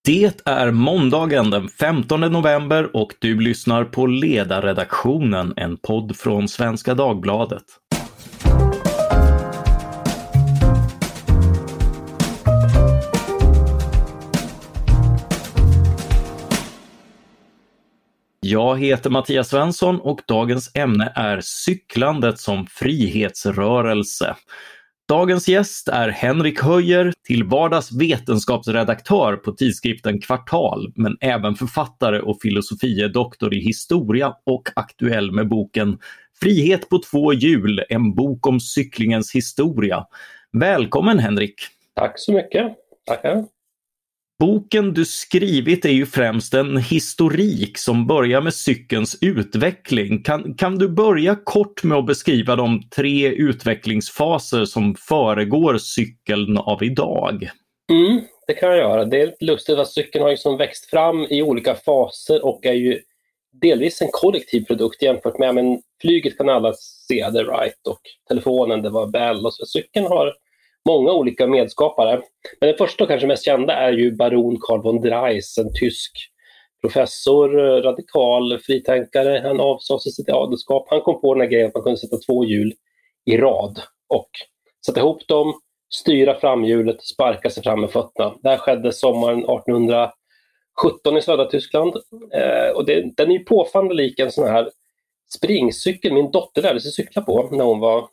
Det är måndagen den 15 november och du lyssnar på Ledarredaktionen, en podd från Svenska Dagbladet. Jag heter Mattias Svensson och dagens ämne är cyklandet som frihetsrörelse. Dagens gäst är Henrik Höjer, till vardags vetenskapsredaktör på tidskriften Kvartal, men även författare och filosofie doktor i historia och aktuell med boken Frihet på två hjul, en bok om cyklingens historia. Välkommen Henrik! Tack så mycket! Tackar! Boken du skrivit är ju främst en historik som börjar med cykelns utveckling. Kan du börja kort med att beskriva de 3 utvecklingsfaser som föregår cykeln av idag? Det kan jag göra. Det är lite lustigt att cykeln har liksom växt fram i olika faser och är ju delvis en kollektiv produkt jämfört med, men flyget kan alla se, det right, och telefonen, det var Bell, och så cykeln har många olika medskapare. Men den första och kanske mest kända är ju baron Karl von Drais, en tysk professor, radikal, fritänkare. Han avsade sig sitt adelskap. Han kom på den här grejen att man kunde sätta 2 hjul i rad och sätta ihop dem, styra framhjulet, sparka sig fram med fötterna. Det här skedde sommaren 1817 i södra Tyskland. Och den är ju påfallande lik en sån här springcykel min dotter lärde sig cykla på när hon var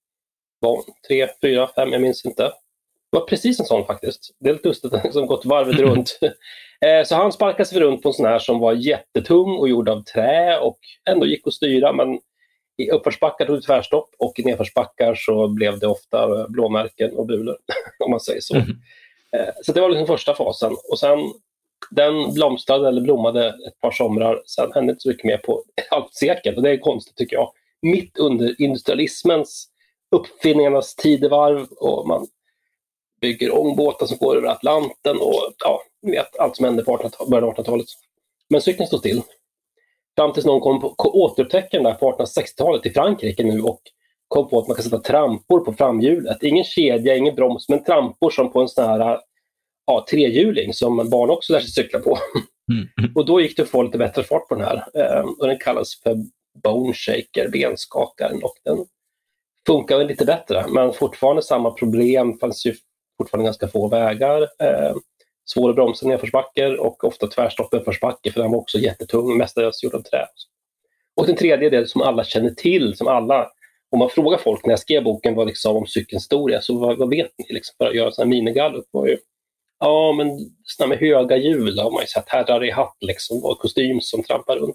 3, 4, 5, jag minns inte. Det var precis en sån faktiskt. Det är lite lustigt som gått varvet runt. Så han sparkade sig runt på en sån här som var jättetung och gjord av trä och ändå gick att styra, men i uppförsbackar tog det tvärstopp och i nedförsbackar så blev det ofta blåmärken och bulor, om man säger så. Så det var liksom första fasen. Och sen den blomstrade eller blommade ett par somrar. Sen hände inte så mycket mer på ett halvt sekel, och det är konstigt tycker jag. Mitt under industrialismens, uppfinningarnas tidevarv, och man bygger ångbåtar som går över Atlanten och ja, ni vet allt som hände på början av 1800-talet. Men cykeln stod still. Fram tills någon kom på återupptäckaren där på 1860-talet i Frankrike nu och kom på att man kan sätta trampor på framhjulet. Ingen kedja, ingen broms, men trampor som på en sån här trehjuling som barn också lär sig cykla på. Och då gick det att få lite bättre fart på den här. Och den kallas för bone shaker, benskakaren, och den funkar väl lite bättre, men fortfarande samma problem. Fanns ju fortfarande ganska få vägar, svåra bromsar i nedförsbackar och ofta tvärstopp i uppförsbacke, för den var också jättetung, mestadels gjord av trä. Och den tredje del som alla känner till, som alla, om man frågar folk när jag skrev boken var liksom om cykelns historia, så vad vet ni liksom, för att göra en sån här minigallup var ju, ja men såna med höga hjul har man ju sett, herrar i hatt liksom, och kostym som trampar runt.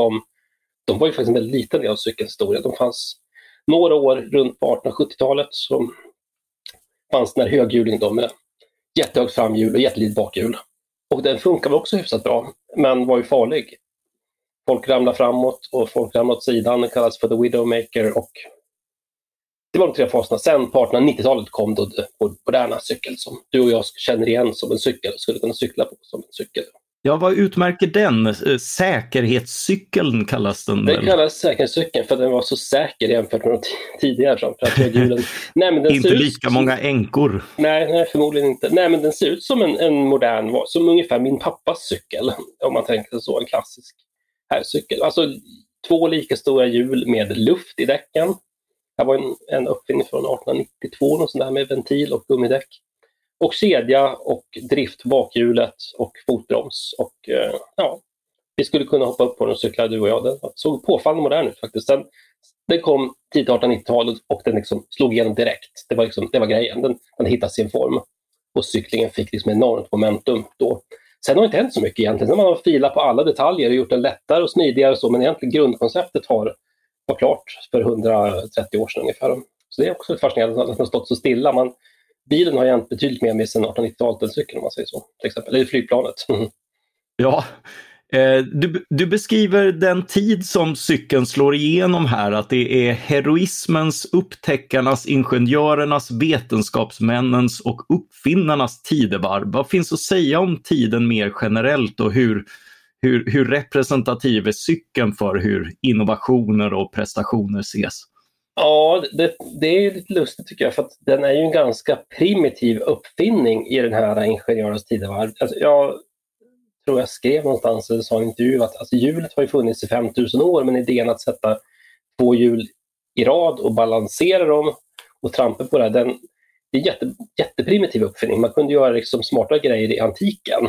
De var ju faktiskt en väldigt liten del av cykelns historia. De fanns några år runt på 1870-talet så fanns den här höghjulingen då med jättehögt framhjul och jättelitet bakhjul. Och den funkar väl också hyfsat bra, men var ju farlig. Folk ramlar framåt och folk ramlar åt sidan. Det kallas för the Widowmaker, och det var de 3 faserna. Sen på 1890-talet kom då det moderna cykel som du och jag känner igen som en cykel och skulle kunna cykla på som en cykel. Ja, vad utmärker den? Säkerhetscykeln kallas den väl? Den kallas säkerhetscykeln för att den var så säker jämfört med de tidigare. För att hjulen... Nej, men den inte lika många änkor. Nej, förmodligen inte. Nej, men den ser ut som en modern, som ungefär min pappas cykel. Om man tänker så, en klassisk herrcykel. Alltså 2 lika stora hjul med luft i däcken. Det var en uppfinning från 1892 och sån där, med ventil och gummidäck. Och kedja och drift bakhjulet och fotbroms. Och ja, vi skulle kunna hoppa upp på den och cykla, du och jag. Den såg påfallande modern ut faktiskt. Den kom tidigt 1890-talet och den liksom slog igenom direkt. Det var grejen. Den hittade sin form. Och cyklingen fick liksom enormt momentum då. Sen har det inte hänt så mycket egentligen. Sen har man filat på alla detaljer och gjort den lättare och smidigare och så. Men egentligen grundkonceptet var klart för 130 år sedan ungefär. Så det är också fascinerande att den har stått så stilla. Bilen har ju hänt betydligt mer med sedan 1890-talet än cykeln, om man säger så, till exempel. Eller flygplanet. Ja, du beskriver den tid som cykeln slår igenom här, att det är heroismens, upptäckarnas, ingenjörernas, vetenskapsmännens och uppfinnarnas tidevarv. Vad finns att säga om tiden mer generellt och hur representativ är cykeln för hur innovationer och prestationer ses? Ja, det är lite lustigt tycker jag, för att den är ju en ganska primitiv uppfinning i den här ingenjörens tidevarv. Alltså, tror jag skrev någonstans eller sa i en intervju att alltså, hjulet har ju funnits i 5000 år, men idén att sätta 2 hjul i rad och balansera dem och trampa på det, det är en jätteprimitiv uppfinning. Man kunde göra liksom smarta grejer i antiken.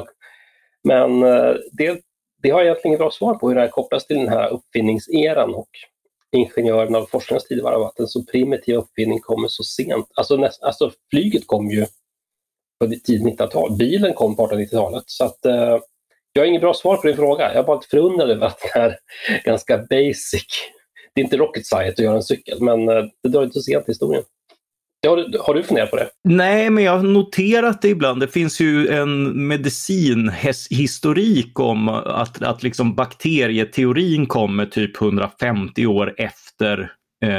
Men det har jag egentligen inget bra svar på hur det här kopplas till den här uppfinningseran och ingenjörerna och forskarnas tid var att en så primitiv uppfinning kommer så sent. Alltså flyget kom ju på tidigt 1900-tal. Bilen kom på 1890-talet. Så att jag har inget bra svar på din fråga. Jag är bara förundrad över att det är ganska basic. Det är inte rocket science att göra en cykel, men det drar inte så sent i historien. Har du funderat på det? Nej, men jag har noterat det ibland. Det finns ju en medicinhistorik om att liksom bakterieteorin kommer typ 150 år efter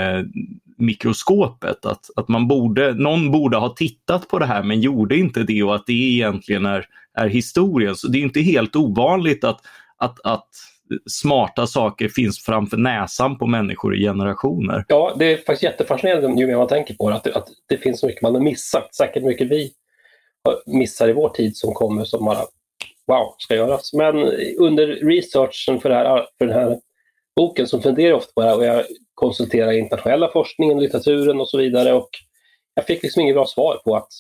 mikroskopet. Att någon borde ha tittat på det här men gjorde inte det, och att det egentligen är historien. Så det är inte helt ovanligt att smarta saker finns framför näsan på människor i generationer. Ja, det är faktiskt jättefascinerande ju mer man tänker på det, att det finns så mycket man har missat. Säkert mycket vi missar i vår tid som kommer som bara ska göras. Men under researchen för den här boken så funderar jag ofta på det här, och jag konsulterar internationella forskningen, litteraturen och så vidare, och jag fick liksom inget bra svar på att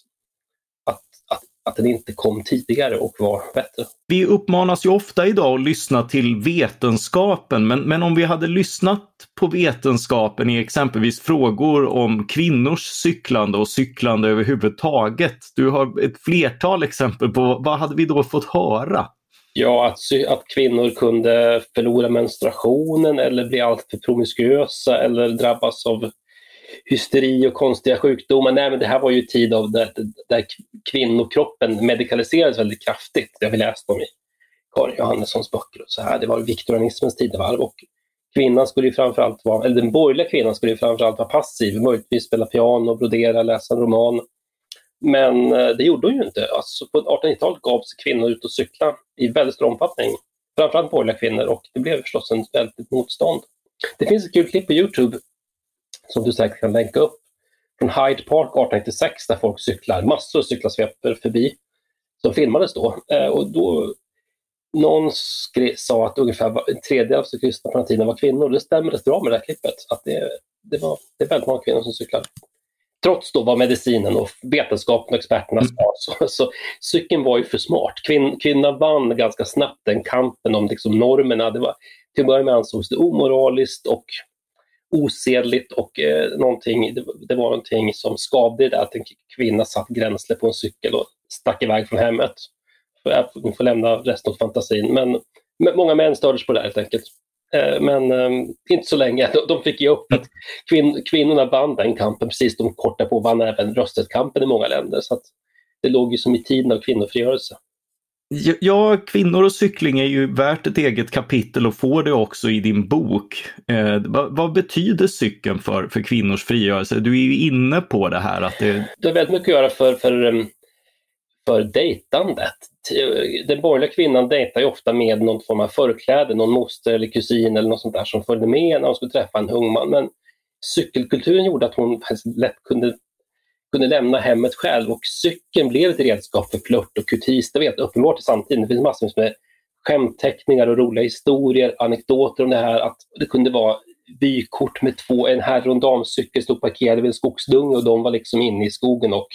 den inte kom tidigare och var bättre. Vi uppmanas ju ofta idag att lyssna till vetenskapen, men om vi hade lyssnat på vetenskapen i exempelvis frågor om kvinnors cyklande och cyklande överhuvudtaget. Du har ett flertal exempel på vad hade vi då fått höra? Ja, att kvinnor kunde förlora menstruationen eller bli alltför promiskuösa eller drabbas av hysteri och konstiga sjukdomar. Nej, men det här var ju tid av där kvinnokroppen medikaliserades väldigt kraftigt. Det har vi läst om i Karin Johannessons böcker och så här. Det var viktorianismens tidevarv, och kvinnan skulle ju framförallt vara, eller den borgerliga kvinnan skulle ju framförallt vara passiv, möjligtvis spela piano, brodera, läsa en roman. Men det gjorde hon ju inte. Alltså på 1890-talet gav sig kvinnor ut och cykla i väldigt stor omfattning. Framförallt borgerliga kvinnor, och det blev förstås en väldigt motstånd. Det finns ett kul klipp på YouTube som du säkert kan länka upp, från Hyde Park 1896 där folk cyklar, massor av cyklar sveper förbi, som filmades då. Och då någon sa att ungefär en tredjedel av cyklisterna på den tiden var kvinnor. Det stämmer rätt bra med det här klippet, att det är väldigt många kvinnor som cyklar. Trots då vad medicinen och vetenskapen och experterna sa, så cykeln var ju för smart. Kvinnan vann ganska snabbt den kampen om liksom normerna. Det var, till att börja med ansågs det omoraliskt och osedligt, och det var någonting som skavde det, att en kvinna satt gränsle på en cykel och stack iväg från hemmet. För får lämna resten åt fantasin. Men många män stördes på det helt enkelt. Men inte så länge. De fick ge upp att kvinnorna vann den kampen precis. De kortade på och vann även rösträttskampen i många länder. Så att det låg ju som i tiden av kvinnofrigörelse. Ja, kvinnor och cykling är ju värt ett eget kapitel och får det också i din bok. Vad betyder cykeln för kvinnors frigörelse? Du är ju inne på det här. Att det är väldigt mycket att göra för dejtandet. Den borgerliga kvinnan dejtar ju ofta med någon form av förkläde, någon moster eller kusin eller något sånt där som följde med när hon skulle träffa en ung man. Men cykelkulturen gjorde att hon lätt kunde lämna hemmet själv, och cykeln blev ett redskap för flört och kutis. Det vet uppenbart i samtiden. Det finns massor med skämtteckningar och roliga historier, anekdoter om det här, att det kunde vara vykort med en herr- och en damcykel stod parkerade vid en skogsdunge, och de var liksom inne i skogen och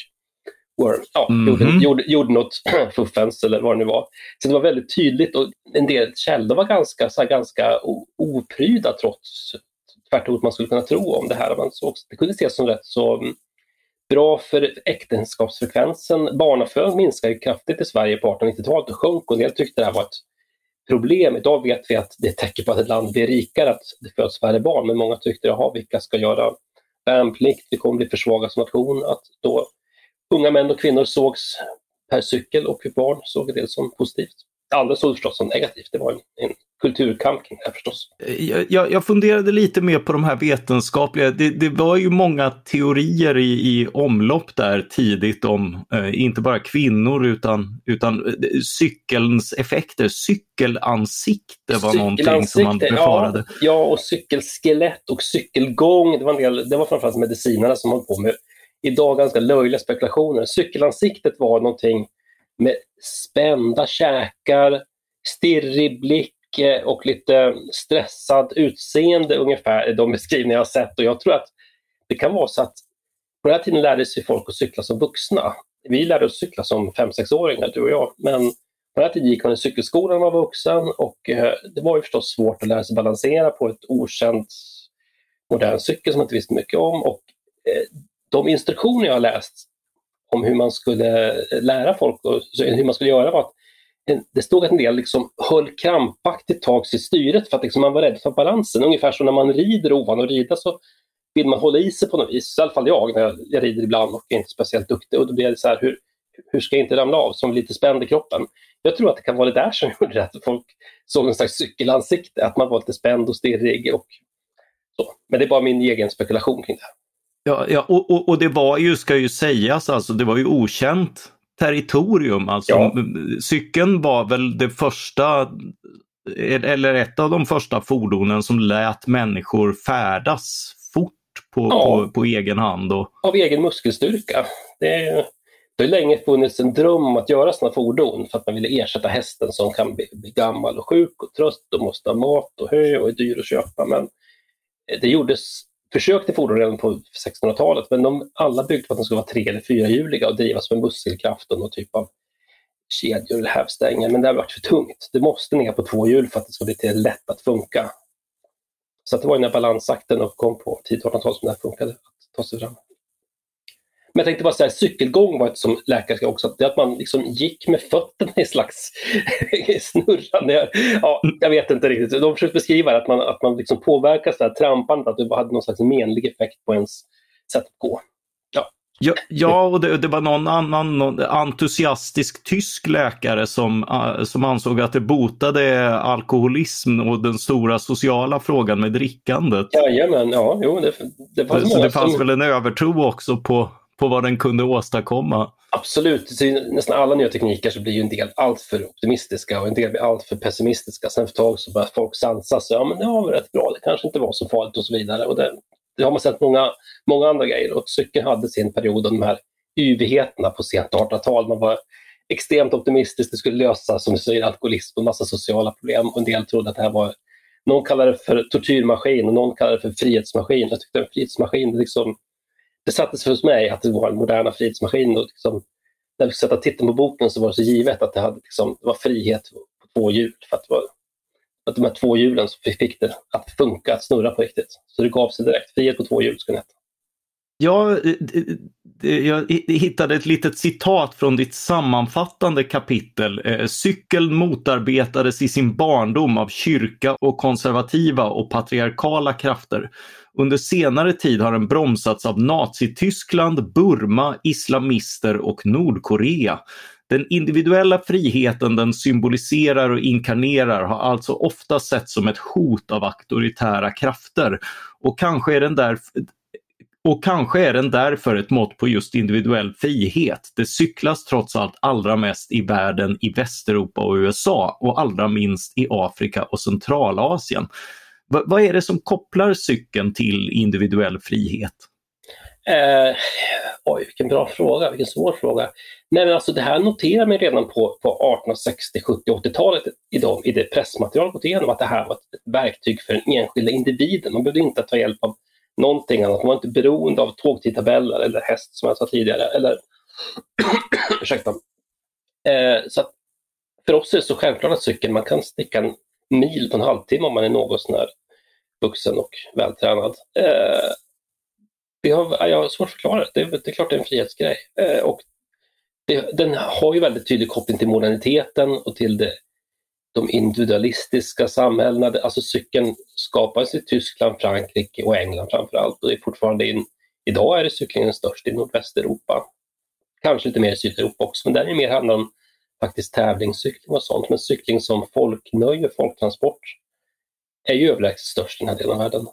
gjorde något fuffens eller vad det nu var. Så det var väldigt tydligt, och en del källor var ganska opryda trots tvärtom man skulle kunna tro om det här. Det kunde ses som rätt så bra för äktenskapsfrekvensen. Barnafödandet minskade kraftigt i Sverige på 1890-talet och sjönk, och en del tyckte det här var ett problem. Idag vet vi att det är tecken på att ett land blir rikare, att det föds färre barn, men många tyckte vilka ska göra värnplikt, vi kommer bli försvagad som nation, att då unga män och kvinnor sågs per cykel och barn såg det som positivt. Andra såg förstås som negativt. Det var en kulturkamp kring det här förstås. Jag funderade lite mer på de här vetenskapliga. Det var ju många teorier i omlopp där tidigt om inte bara kvinnor utan cykelns effekter. Cykelansikte var någonting som man befarade. Ja, och cykelskelett och cykelgång. Det var framförallt medicinerna som höll på med idag ganska löjliga spekulationer. Cykelansiktet var någonting med spända käkar, stirrig blick och lite stressad utseende ungefär, de beskrivningar jag har sett. Och jag tror att det kan vara så att på den här tiden lärde sig folk att cykla som vuxna. Vi lärde oss cykla som 5-6-åringar, du och jag. Men på den här tiden gick man i cykelskolan när man var vuxen och det var ju förstås svårt att lära sig balansera på ett okänt modern cykel som man inte visste mycket om. Och de instruktioner jag har läst om hur man skulle lära folk och hur man skulle göra var att det stod att en del liksom höll krampaktigt tag i styret för att liksom man var rädd för balansen. Ungefär som när man rider ovan och rida så vill man hålla i sig på något vis. I alla fall jag när jag rider ibland och är inte speciellt duktig. Och då blir det så här, hur ska jag inte ramla av som lite spänd i kroppen? Jag tror att det kan vara det där som gjorde att folk såg en slags cykelansikte. Att man var lite spänd och stirrig och så. Men det är bara min egen spekulation kring det. Ja, och det var ju, ska ju sägas, alltså det var ju okänt territorium. Alltså, ja. Cykeln var väl det första, eller ett av de första fordonen som lät människor färdas fort på egen hand. Av egen muskelstyrka. Det har länge funnits en dröm om att göra sådana fordon för att man ville ersätta hästen som kan bli gammal och sjuk och trött och måste ha mat och hö och är dyr att köpa. Men det gjordes försök till fordon redan på 1600-talet, men alla byggde för att de skulle vara 3- eller 4-hjuliga och drivas med muskelkraft och någon typ av kedjor eller hävstänger. Men det har varit för tungt. Det måste ner på 2 hjul för att det ska bli till lätt att funka. Så att det var när balansakten uppkom på 1000-talet som det funkade att ta sig fram. Men jag tänkte bara säga, cykelgång var ett som läkare ska också, att man liksom gick med fötterna i slags snurrande. Ja, jag vet inte riktigt. De försökte beskriva att man liksom påverkas av trampandet, att det hade någon slags menlig effekt på ens sätt att gå. Ja, och det var någon entusiastisk tysk läkare som ansåg att det botade alkoholism och den stora sociala frågan med drickandet. Jajamän, ja, jo, det fanns väl en övertro också på vad den kunde åstadkomma. Absolut, så nästan alla nya tekniker så blir ju en del allt för optimistiska och en del blir allt för pessimistiska. Sen för ett tag så börjar folk sansas, ja men det var rätt bra, det kanske inte var så farligt och så vidare. Och det har man sett många andra grejer, och cykeln hade sin period av de här yvigheterna på sent 1800-tal. Man var extremt optimistisk, det skulle lösa, som du säger, alkoholism och massa sociala problem, och en del trodde att det här var, någon kallade det för tortyrmaskin och någon kallade det för frihetsmaskin. Jag tyckte en frihetsmaskin, det sattes för mig att det var en moderna frihetsmaskin, och liksom, när vi satt och tittade på boken så var det så givet att det var frihet på 2 hjul, för att det var att de här 2 hjulen som fick det att funka, att snurra på riktigt. Så det gav sig direkt. Frihet på 2 hjul skulle heta. Ja, jag hittade ett litet citat från ditt sammanfattande kapitel. Cykeln motarbetades i sin barndom av kyrka och konservativa och patriarkala krafter. Under senare tid har den bromsats av Nazityskland, Burma, islamister och Nordkorea. Den individuella friheten den symboliserar och inkarnerar har alltså ofta sett som ett hot av auktoritära krafter. Och kanske är den därför ett mått på just individuell frihet. Det cyklas trots allt allra mest i världen i Västeuropa och USA, och allra minst i Afrika och Centralasien. Vad är det som kopplar cykeln till individuell frihet? Vilken bra fråga, vilken svår fråga. Nej, men alltså det här noterar man redan på 1860-, 70-, 80-talet i det pressmaterial gått igenom, att det här var ett verktyg för den enskilda individen. Man behövde inte ta hjälp av någonting annat. Man var inte beroende av tågtidtabeller eller häst som jag sa tidigare. Eller ursäkta. Så att för oss är det så självklart att cykeln, man kan sticka en mil på en halvtimme om man är något sån här vuxen och vältränad. Jag har svårt att förklara det. Det är klart det är en frihetsgrej. Och den har ju väldigt tydlig koppling till moderniteten och till de individualistiska samhällena. Alltså cykeln skapades i Tyskland, Frankrike och England framförallt. Och det är fortfarande idag är det cyklingen störst i Nordvästeuropa. Kanske lite mer i Sydeuropa också, men där är det mer handlar om faktiskt tävlingscykling och sånt. Men cykling som folknöje, folktransport är ju överlägset störst i den här delen av världen.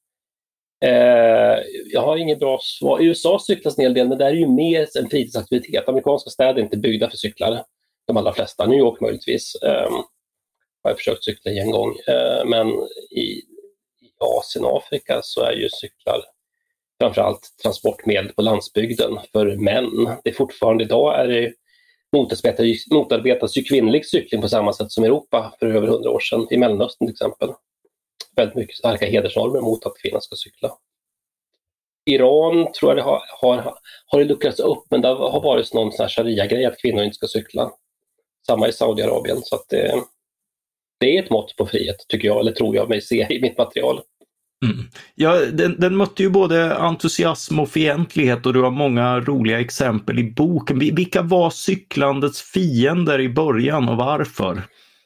Jag har inget bra svar. I USA cyklas en hel del, men det är ju mer en fritidsaktivitet. Amerikanska städer är inte byggda för cyklar. De allra flesta. New York möjligtvis. Har jag försökt cykla en gång. Men i Asien och Afrika så är ju cyklar framförallt transportmedel på landsbygden för män. Det är fortfarande idag är det motarbetas ju kvinnlig cykling på samma sätt som i Europa för över 100 år sedan, i Mellanöstern till exempel. Väldigt mycket starka hedersnormer mot att kvinnor ska cykla. Iran tror jag det har det luckrats upp, men det har varit någon sån här sharia-grej att kvinnor inte ska cykla. Samma i Saudiarabien, så att det är ett mått på frihet, tycker jag, eller tror jag mig se i mitt material. Mm. Ja, den mötte ju både entusiasm och fientlighet, och du har många roliga exempel i boken. Vilka var cyklandets fiender i början och varför?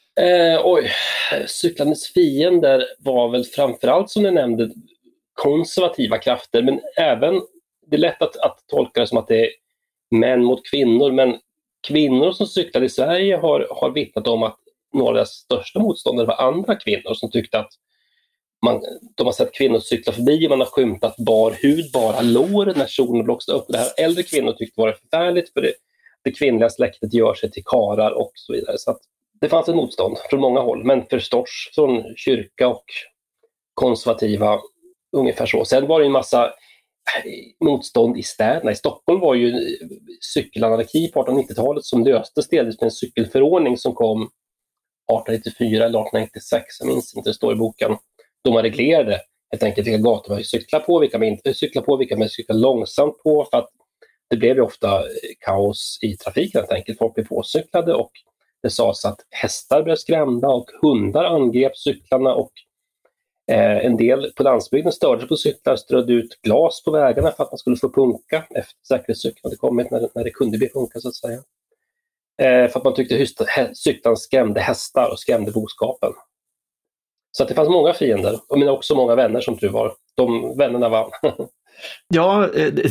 Cyklandets fiender var väl framförallt, som du nämnde, konservativa krafter, men även, det är lätt att tolka det som att det är män mot kvinnor, men kvinnor som cyklade i Sverige har vittnat om att några av deras största motståndare var andra kvinnor som tyckte att de har sett kvinnor cykla förbi, man har skymtat bar hud, bara lår när solen blåste upp. Det här äldre kvinnor tyckte var förfärligt, för det kvinnliga släktet gör sig till karar och så vidare. Så att det fanns ett motstånd från många håll, men förstås från kyrka och konservativa, ungefär så. Sen var det en massa motstånd i städerna. I Stockholm var ju cykelanarki på 1890-talet som löstes delvis med en cykelförordning som kom 1894 eller 1896, jag minns inte, det står i boken. Då man reglerade helt enkelt vilka gator man cyklar på, vilka man inte cyklar på, vilka man cyklar långsamt på, för att det blev ju ofta kaos i trafiken helt enkelt. Folk blev påcyklade och det sades att hästar blev skrämda och hundar angrep cyklarna, och en del på landsbygden störde sig på cyklar, strödde ut glas på vägarna för att man skulle få punka efter säkerhetscykeln hade kommit, när det kunde bli punka så att säga. För att man tyckte cyklarna skrämde hästar och skrämde boskapen. Så att det fanns många fiender, men också många vänner som du var. De vännerna vann. Ja,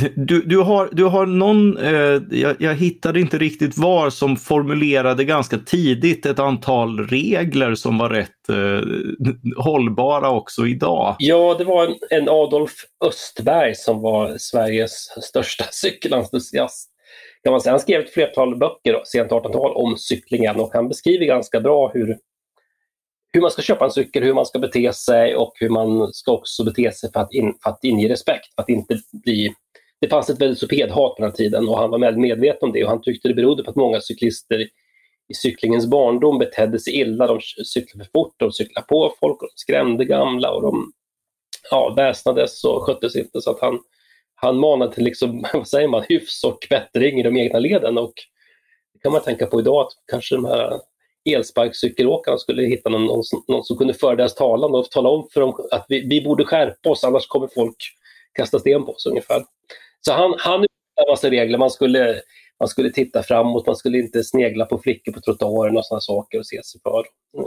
du har någon, jag hittade inte riktigt var, som formulerade ganska tidigt ett antal regler som var rätt hållbara också idag. Ja, det var en Adolf Östberg som var Sveriges största cykelentusiast. Kan man säga. Han skrev ett flertal böcker sent 1800-tal om cyklingen, och han beskriver ganska bra hur man ska köpa en cykel, hur man ska bete sig, och hur man ska också bete sig för att inge respekt. För att inte bli... Det fanns ett velocipedhat på den här tiden, och han var väldigt medveten om det, och han tyckte det berodde på att många cyklister i cyklingens barndom betedde sig illa. De cyklade för fort, de cyklade på folk, och de skrämde gamla, och de väsnades och sköttes inte. Så att han manade till vad säger man, hyfs och bättring i de egna leden, och det kan man tänka på idag, att kanske de här elsparkcykelåkarna skulle hitta någon som kunde föra deras talan och tala om för dem att vi borde skärpa oss, annars kommer folk kasta sten på oss ungefär. Så han utfärdade en massa regler. Man skulle titta framåt, man skulle inte snegla på flickor på trottoaren och sådana saker och se sig för.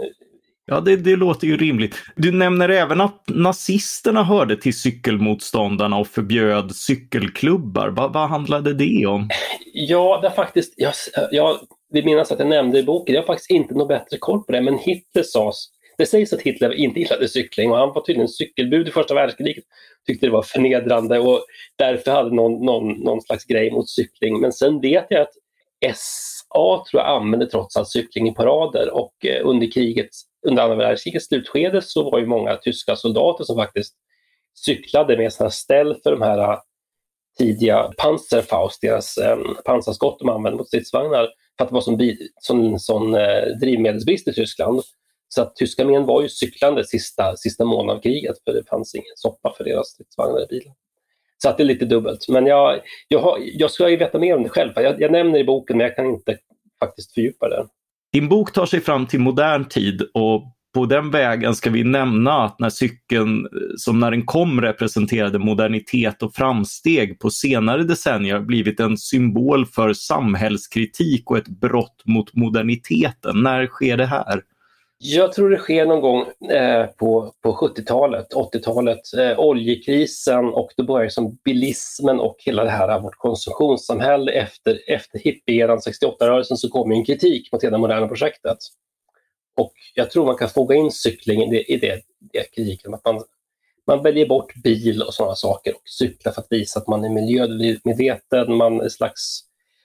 Ja, det låter ju rimligt. Du nämner även att nazisterna hörde till cykelmotståndarna och förbjöd cykelklubbar. Vad handlade det om? Ja, det faktiskt... Jag vill minnas att jag nämnde i boken, jag har faktiskt inte något bättre koll på det, men det sägs att Hitler inte gillade cykling, och han var tydligen cykelbud i första världskriget, tyckte det var förnedrande och därför hade någon slags grej mot cykling. Men sen vet jag att SA tror jag använde trots allt cykling i parader, och under andra världskrigets slutskede så var ju många tyska soldater som faktiskt cyklade med sådana ställ för de här tidiga Panzerfaust, deras pansarskott de använde mot stridsvagnar, för att det var sån drivmedelsbrist i Tyskland. Så att tyska armén var ju cyklande sista månaden av kriget, för det fanns ingen soppa för deras stridsvagnar i bilen. Så att det är lite dubbelt. Men jag ska ju veta mer om det själv. Jag nämner i boken, men jag kan inte faktiskt fördjupa det. Din bok tar sig fram till modern tid, och på den vägen ska vi nämna att när cykeln, som när den kom, representerade modernitet och framsteg, på senare decennier blivit en symbol för samhällskritik och ett brott mot moderniteten. När sker det här? Jag tror det sker någon gång på 70-talet, 80-talet, oljekrisen, och då börjar som bilismen och hela det här vårt konsumtionssamhälle efter hippieran 68-rörelsen, så kommer en kritik mot hela det moderna projektet. Och jag tror man kan foga in cykling i det kritiken, att man väljer bort bil och sådana saker och cyklar för att visa att man är miljömedveten, man är en slags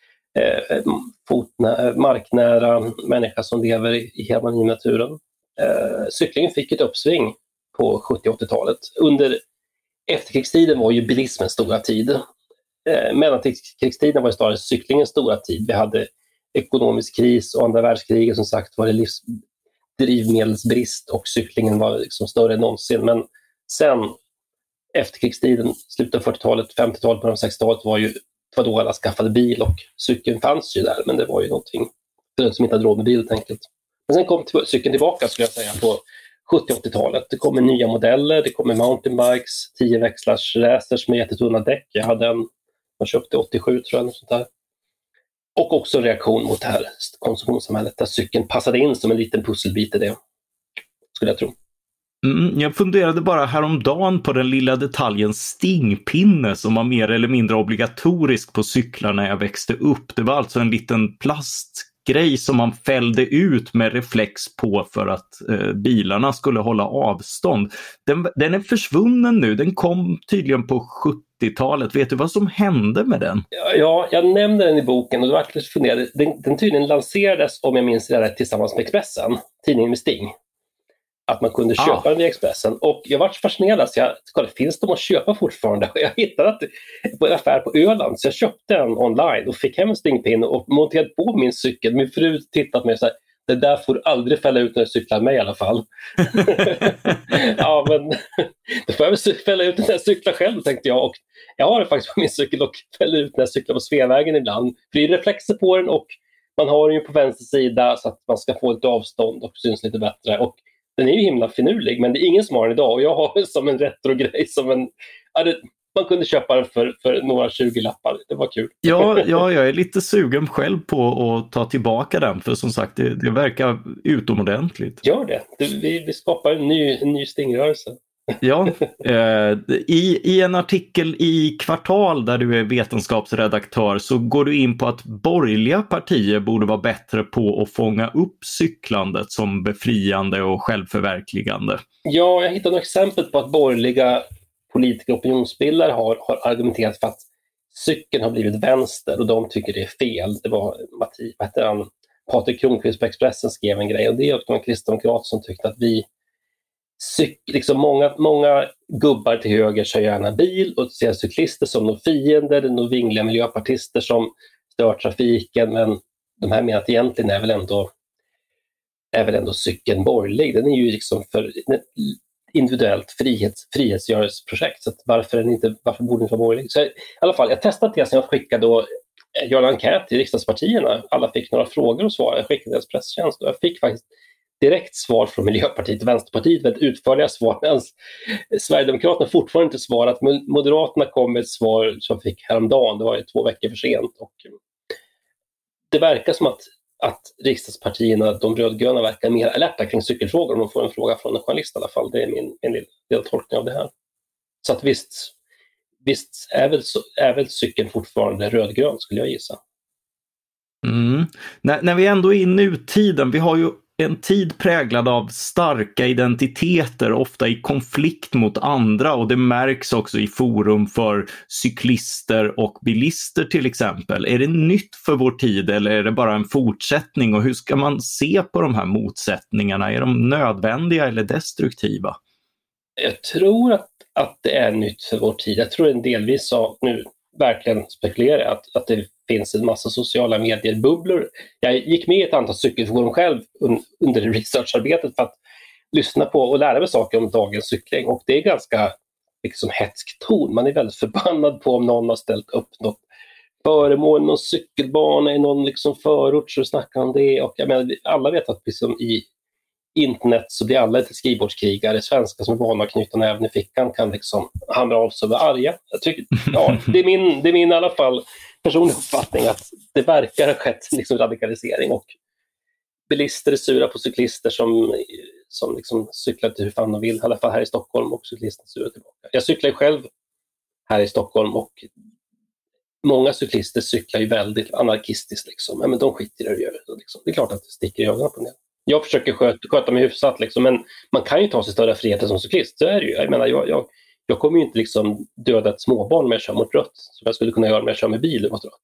marknära människa som lever i harmoni med naturen. Cyklingen fick ett uppsving på 70- och 80-talet. Under efterkrigstiden var ju bilismens stora tid. Mellankrigstiden var ju snarare cyklingens stora tid. Vi hade ekonomisk kris och andra världskriget som sagt var det drivmedelsbrist och cyklingen var liksom större än någonsin. Men sen efterkrigstiden, slutet av 40-talet, 50-talet, på 60-talet var då alla skaffade bil och cykeln fanns ju där, men det var ju någonting för den som inte hade råd med bil helt enkelt. Men sen kom cykeln tillbaka skulle jag säga på 70-80-talet. Det kommer nya modeller, det kommer mountainbikes, 10 växlars racers med jättetunna däck. Jag hade man köpte 87 tror jag, något sånt där. Och också en reaktion mot det här konsumtionssamhället där cykeln passade in som en liten pusselbit i det, skulle jag tro. Jag funderade bara häromdagen på den lilla detaljen stingpinne som var mer eller mindre obligatorisk på cyklar när jag växte upp. Det var alltså en liten plastgrej som man fällde ut med reflex på för att bilarna skulle hålla avstånd. Den är försvunnen nu, den kom tydligen på 70-talet. Vet du vad som hände med den? Ja, jag nämnde den i boken och det var lite funderade. Den tydligen lanserades, om jag minns det rätt, tillsammans med Expressen, tidningen med Sting. Att man kunde köpa den via Expressen. Och jag var fascinerad, så jag kollade, finns de att köpa fortfarande? Jag hittade att på en affär på Öland, så jag köpte den online och fick hem en stingpinne och monterade på min cykel. Min fru tittade på mig och sa, det där får du aldrig fälla ut när du cyklar med i alla fall. Ja, men då får jag väl fälla ut när jag cyklar själv, tänkte jag. Och jag har det faktiskt på min cykel och fäller ut när jag cyklar på Sveavägen ibland. För det är reflexer på den och man har den ju på vänster sida så att man ska få ett avstånd och syns lite bättre. Och den är ju himla finurlig, men det är ingen som har den idag. Och jag har den som en retrogrej, man kunde köpa den för några 20 lappar. Det var kul. Ja, jag är lite sugen själv på att ta tillbaka den. För som sagt, det verkar utomordentligt. Gör det. Vi skapar en ny stingrörelse. Ja, i en artikel i Kvartal där du är vetenskapsredaktör så går du in på att borgerliga partier borde vara bättre på att fånga upp cyklandet som befriande och självförverkligande. Ja, jag hittade några exempel på att borgerliga politiker och opinionsbildare har argumenterat för att cykeln har blivit vänster och de tycker det är fel. Det var Patrik Kronqvist på Expressen skrev en grej och det är en kristdemokrat som tyckte att liksom många gubbar till höger kör gärna bil och ser cyklister som några fiender, några vingliga miljöpartister som stör trafiken, men de här menar att egentligen är väl ändå cykeln borgerlig. Den är ju liksom för individuellt frihetsgörelseprojekt, så att varför borde den inte vara borgerlig? Så i alla fall, jag testade det sen jag skickade då göra en enkät till riksdagspartierna. Alla fick några frågor och svar. Jag skickade deras presstjänst och jag fick faktiskt direkt svar från Miljöpartiet och Vänsterpartiet, väldigt utförliga svar, medan Sverigedemokraterna fortfarande inte svarat. Moderaterna kom med ett svar som fick häromdagen, det var ju 2 veckor för sent. Och det verkar som att riksdagspartierna, de rödgröna, verkar mer alerta kring cykelfrågor om de får en fråga från en journalist i alla fall. Det är min del tolkning av det här. Så att visst är väl cykeln fortfarande rödgrön, skulle jag gissa. När vi ändå är i nutiden, vi har ju en tid präglad av starka identiteter, ofta i konflikt mot andra, och det märks också i forum för cyklister och bilister till exempel. Är det nytt för vår tid eller är det bara en fortsättning, och hur ska man se på de här motsättningarna? Är de nödvändiga eller destruktiva? Jag tror att det är nytt för vår tid. Jag tror en delvis nu verkligen spekulerar att det finns en massa sociala medier-bubblor. Jag gick med i ett antal cykelforum själv under researcharbetet för att lyssna på och lära mig saker om dagens cykling, och det är ganska liksom hätsk ton. Man är väldigt förbannad på om någon har ställt upp något föremål, någon cykelbana i någon liksom förort, så snackar om det. Och jag menar, alla vet att liksom i internet så blir alla lite skrivbordskrigare. Svenskar som är vana att knyta näven i fickan kan liksom hamra av sig och vara arga. Jag tycker, det är min i alla fall personlig uppfattning att det verkar ha skett liksom radikalisering, och bilister är sura på cyklister som liksom cyklar till hur fan de vill, i alla fall här i Stockholm, och cyklister sura tillbaka. Jag cyklar själv här i Stockholm och många cyklister cyklar ju väldigt anarkistiskt liksom. Men de skiter i det och gör det liksom. Det är klart att det sticker i ögonen på det. Jag försöker sköta mig hyfsat liksom, men man kan ju ta sig större friheter som cyklist, så är det ju. Jag menar, jag kommer ju inte liksom döda ett småbarn med att köra mot rött, som jag skulle kunna göra med att köra med bil mot rött. Liksom.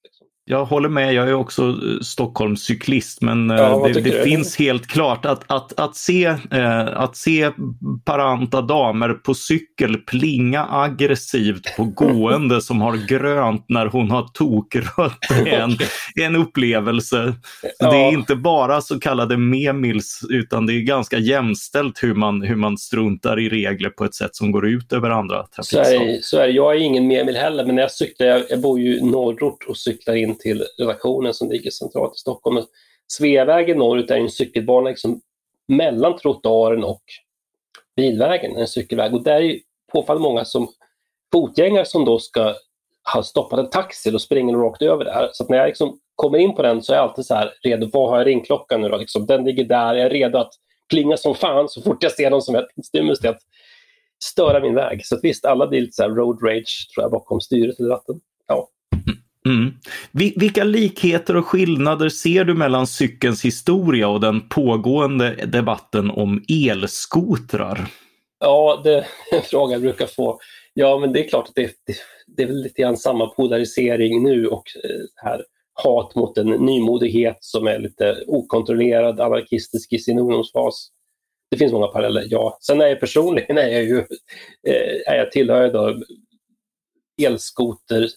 Jag håller med, jag är också Stockholmscyklist, men det finns helt klart att se paranta damer på cykel plinga aggressivt på gående som har grönt när hon har tokrött en upplevelse. Ja. Det är inte bara så kallade memils, utan det är ganska jämställt hur man struntar i regler på ett sätt som går ut över andra trafikslag. Så är det. Jag är ingen memil heller, men när jag cyklar, jag bor ju i norrort och cyklar in till redaktionen som ligger centralt i Stockholm. Sveavägen norrut är en cykelbana liksom mellan trottoaren och bilvägen, en cykelväg. Och där är ju påfallande många som fotgängare som då ska ha stoppat en taxi och springer rakt över där. Så att när jag liksom kommer in på den så är jag alltid så här redo. Vad har jag ringklockan nu då? Liksom, den ligger där, jag är redo att klinga som fan så fort jag ser någon som ett stimulus till att störa min väg. Så att visst, alla blir lite så här road rage tror jag bakom styret eller ratten. Ja. Mm. Vilka likheter och skillnader ser du mellan cykelns historia och den pågående debatten om elskotrar? Ja, det är en fråga jag brukar få. Ja, men det är klart att det är väl lite grann samma polarisering nu och här hat mot en nymodighet som är lite okontrollerad, anarkistisk i sin ungdomsfas. Det finns många paralleller, ja. Sen är jag personligen tillhör då elskoter,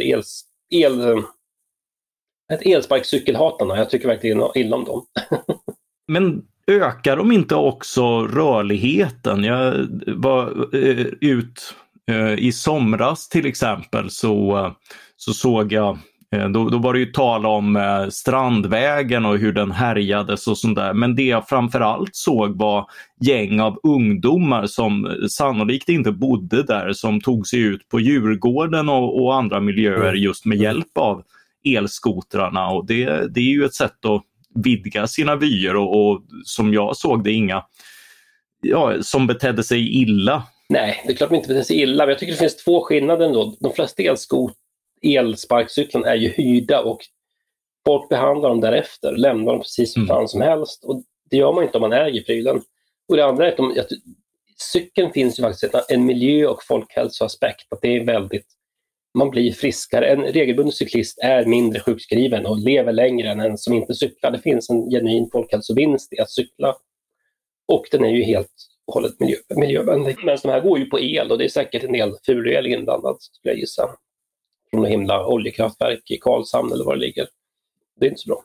elsparkcykelhatarna. Jag tycker verkligen illa om dem. Men ökar de inte också rörligheten? Jag var i somras till exempel så såg jag, då var det ju tal om Strandvägen och hur den härjades och sånt där. Men det jag framförallt såg var gäng av ungdomar som sannolikt inte bodde där, som tog sig ut på Djurgården och andra miljöer just med hjälp av elskotrarna. Och det är ju ett sätt att vidga sina vyer och som jag såg det inga som betedde sig illa. Nej, det är klart att de inte betedde sig illa, men jag tycker det finns två skillnader ändå. De flesta elsparkcyklarna är ju hyrda och folk behandlar dem därefter, lämnar dem precis som fan som helst, och det gör man inte om man äger prylen. Och det andra är att cykeln finns ju faktiskt en miljö- och folkhälsoaspekt, att det är väldigt, man blir friskare. En regelbunden cyklist är mindre sjukskriven och lever längre än en som inte cyklar. Det finns en genuin folkhälsovinst i att cykla. Och den är ju helt och hållet miljövänlig. Men de här går ju på el och det är säkert en del fulel inblandad, skulle jag gissa. Från en himla oljekraftverk i Karlshamn eller var det ligger. Det är inte så bra.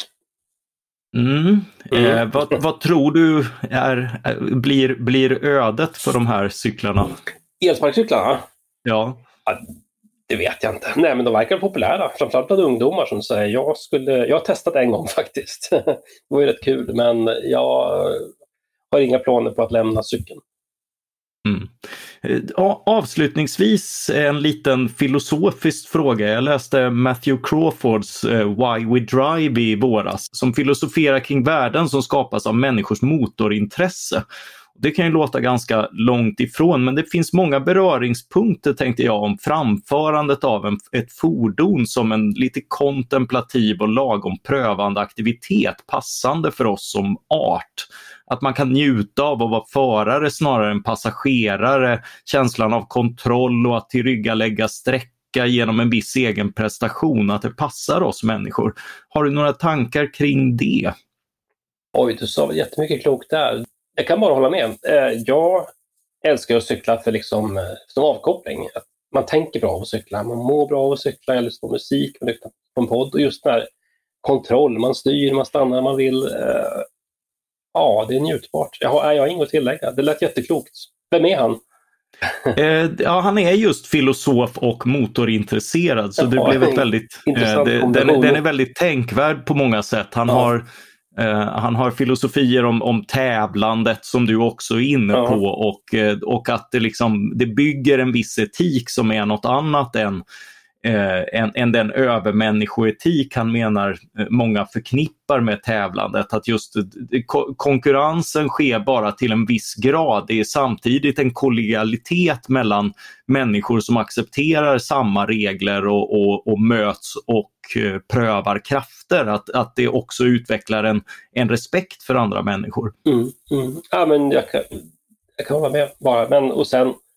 Vad tror du blir ödet för de här cyklarna? Elsparkcyklarna? Ja. Det vet jag inte. Nej, men de verkar populära. Framförallt bland ungdomar som säger jag har testat en gång faktiskt. Det var ju rätt kul, men jag har inga planer på att lämna cykeln. Avslutningsvis en liten filosofisk fråga. Jag läste Matthew Crawfords Why We Drive i våras, som filosoferar kring världen som skapas av människors motorintresse. Det kan ju låta ganska långt ifrån, men det finns många beröringspunkter, tänkte jag, om framförandet av ett fordon som en lite kontemplativ och lagom prövande aktivitet, passande för oss som art. Att man kan njuta av att vara förare snarare än passagerare, känslan av kontroll och att tillryggalägga sträcka genom en viss egen prestation, att det passar oss människor. Har du några tankar kring det? Oj, du sa väl jättemycket klokt där. Jag kan bara hålla med. Jag älskar att cykla för som avkoppling. Man tänker bra av att cykla, man mår bra av att cykla, jag lyssnar på musik, man lyssnar på en podd och just den här kontroll, man styr, man stannar när man vill. Ja, det är njutbart. Jag har inget att tillägga. Det lät jätteklokt. Vem är han? Han är just filosof och motorintresserad, så det blev ett väldigt den är väldigt tänkvärd på många sätt. Han har filosofier om tävlandet som du också är inne på och att det bygger en viss etik som är något annat än den övermänniskoetik han menar många förknippar med tävlandet. Att just konkurrensen sker bara till en viss grad. Det är samtidigt en kollegialitet mellan människor som accepterar samma regler och möts och prövar krafter. Att det också utvecklar en respekt för andra människor. Ja, men jag kan hålla med bara. Men, och sen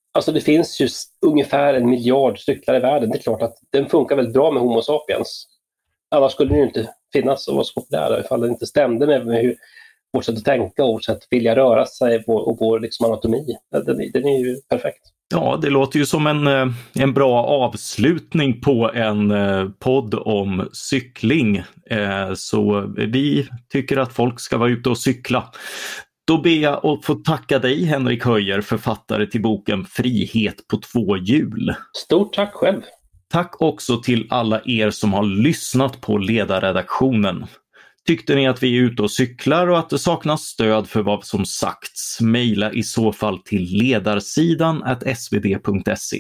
Alltså det finns ju ungefär 1 miljard cyklar i världen. Det är klart att den funkar väldigt bra med Homo sapiens. Annars skulle den ju inte finnas och vara så populär ifall det inte stämde med hur vårt sätt att tänka och vårt sätt att vilja röra sig och vår liksom anatomi. Den är ju perfekt. Ja, det låter ju som en bra avslutning på en podd om cykling. Så vi tycker att folk ska vara ute och cykla. Då ber jag att få tacka dig, Henrik Höjer, författare till boken Frihet på 2 hjul. Stort tack själv. Tack också till alla er som har lyssnat på ledarredaktionen. Tyckte ni att vi är ute och cyklar och att det saknas stöd för vad som sagts, mejla i så fall till ledarsidan@svd.se.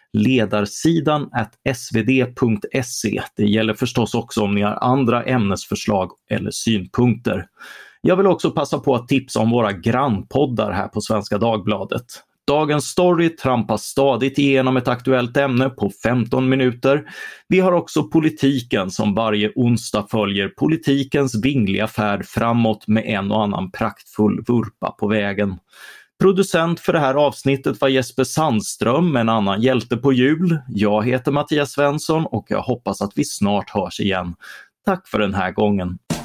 Ledarsidan@svd.se. Det gäller förstås också om ni har andra ämnesförslag eller synpunkter. Jag vill också passa på att tipsa om våra grannpoddar här på Svenska Dagbladet. Dagens story trampar stadigt igenom ett aktuellt ämne på 15 minuter. Vi har också Politiken som varje onsdag följer politikens vingliga färd framåt med en och annan praktfull vurpa på vägen. Producent för det här avsnittet var Jesper Sandström, en annan hjälte på hjul. Jag heter Mattias Svensson och jag hoppas att vi snart hörs igen. Tack för den här gången.